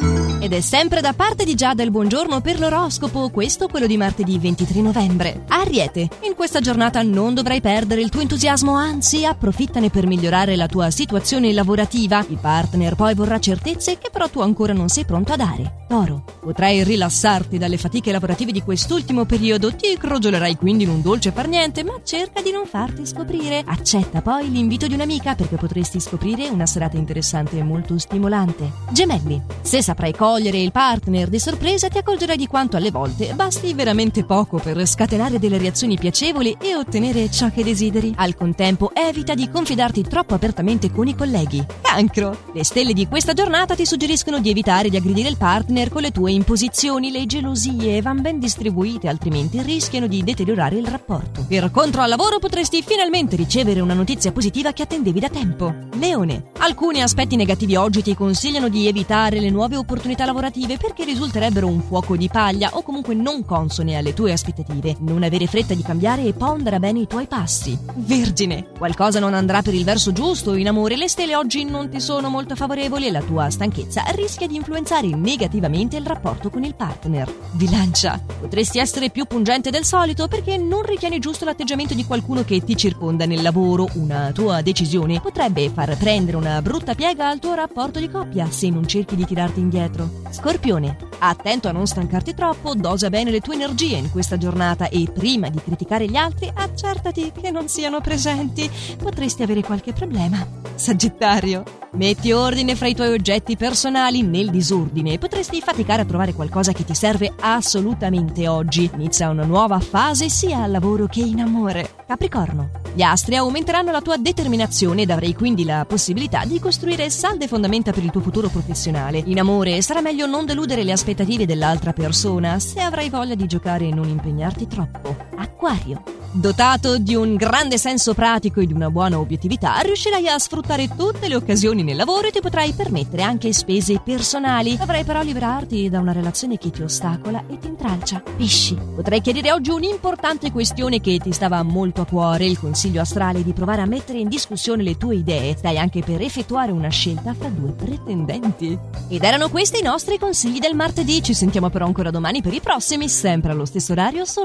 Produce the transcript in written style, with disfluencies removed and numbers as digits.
Ed è sempre da parte di Giada il buongiorno per l'oroscopo, questo quello di martedì 23 novembre. Ariete, in questa giornata non dovrai perdere il tuo entusiasmo, anzi approfittane per migliorare la tua situazione lavorativa. Il partner poi vorrà certezze che però tu ancora non sei pronto a dare. Toro, potrai rilassarti dalle fatiche lavorative di quest'ultimo periodo, ti crogiolerai quindi in un dolce far niente, ma cerca di non farti scoprire. Accetta poi l'invito di un'amica perché potresti scoprire una serata interessante e molto stimolante. Gemelli, se saprai cogliere il partner di sorpresa ti accorgerai di quanto alle volte basti veramente poco per scatenare delle reazioni piacevoli e ottenere ciò che desideri. Al contempo evita di confidarti troppo apertamente con i colleghi. Cancro, le stelle di questa giornata ti suggeriscono di evitare di aggredire il partner con le tue imposizioni. Le gelosie van ben distribuite, altrimenti rischiano di deteriorare il rapporto. Per contro, al lavoro potresti finalmente ricevere una notizia positiva che attendevi da tempo. Leone, alcuni aspetti negativi oggi ti consigliano di evitare le nuove opportunità lavorative perché risulterebbero un fuoco di paglia o comunque non consone alle tue aspettative. Non avere fretta di cambiare e pondera bene i tuoi passi. Vergine, qualcosa non andrà per il verso giusto in amore, le stelle oggi non ti sono molto favorevoli e la tua stanchezza rischia di influenzare negativamente il rapporto con il partner. Bilancia, potresti essere più pungente del solito perché non ritieni giusto l'atteggiamento di qualcuno che ti circonda nel lavoro. Una tua decisione potrebbe far prendere una brutta piega al tuo rapporto di coppia se non cerchi di tirarti indietro. Scorpione, attento a non stancarti troppo, dosa bene le tue energie in questa giornata e prima di criticare gli altri accertati che non siano presenti, potresti avere qualche problema. Sagittario, metti ordine fra i tuoi oggetti personali, nel disordine potresti faticare a trovare qualcosa che ti serve assolutamente oggi. Inizia una nuova fase sia al lavoro che in amore. Capricorno, gli astri aumenteranno la tua determinazione ed avrai quindi la possibilità di costruire salde fondamenta per il tuo futuro professionale. In amore sarà meglio non deludere le aspettative dell'altra persona. Se avrai voglia di giocare, non impegnarti troppo. Acquario, dotato di un grande senso pratico e di una buona obiettività, riuscirai a sfruttare tutte le occasioni nel lavoro e ti potrai permettere anche spese personali. Dovrai però liberarti da una relazione che ti ostacola e ti intralcia. Pesci, potrai chiarire oggi un'importante questione che ti stava molto a cuore. Il consiglio astrale è di provare a mettere in discussione le tue idee. Stai anche per effettuare una scelta fra due pretendenti. Ed erano questi i nostri consigli del martedì. Ci sentiamo però ancora domani per i prossimi, sempre allo stesso orario.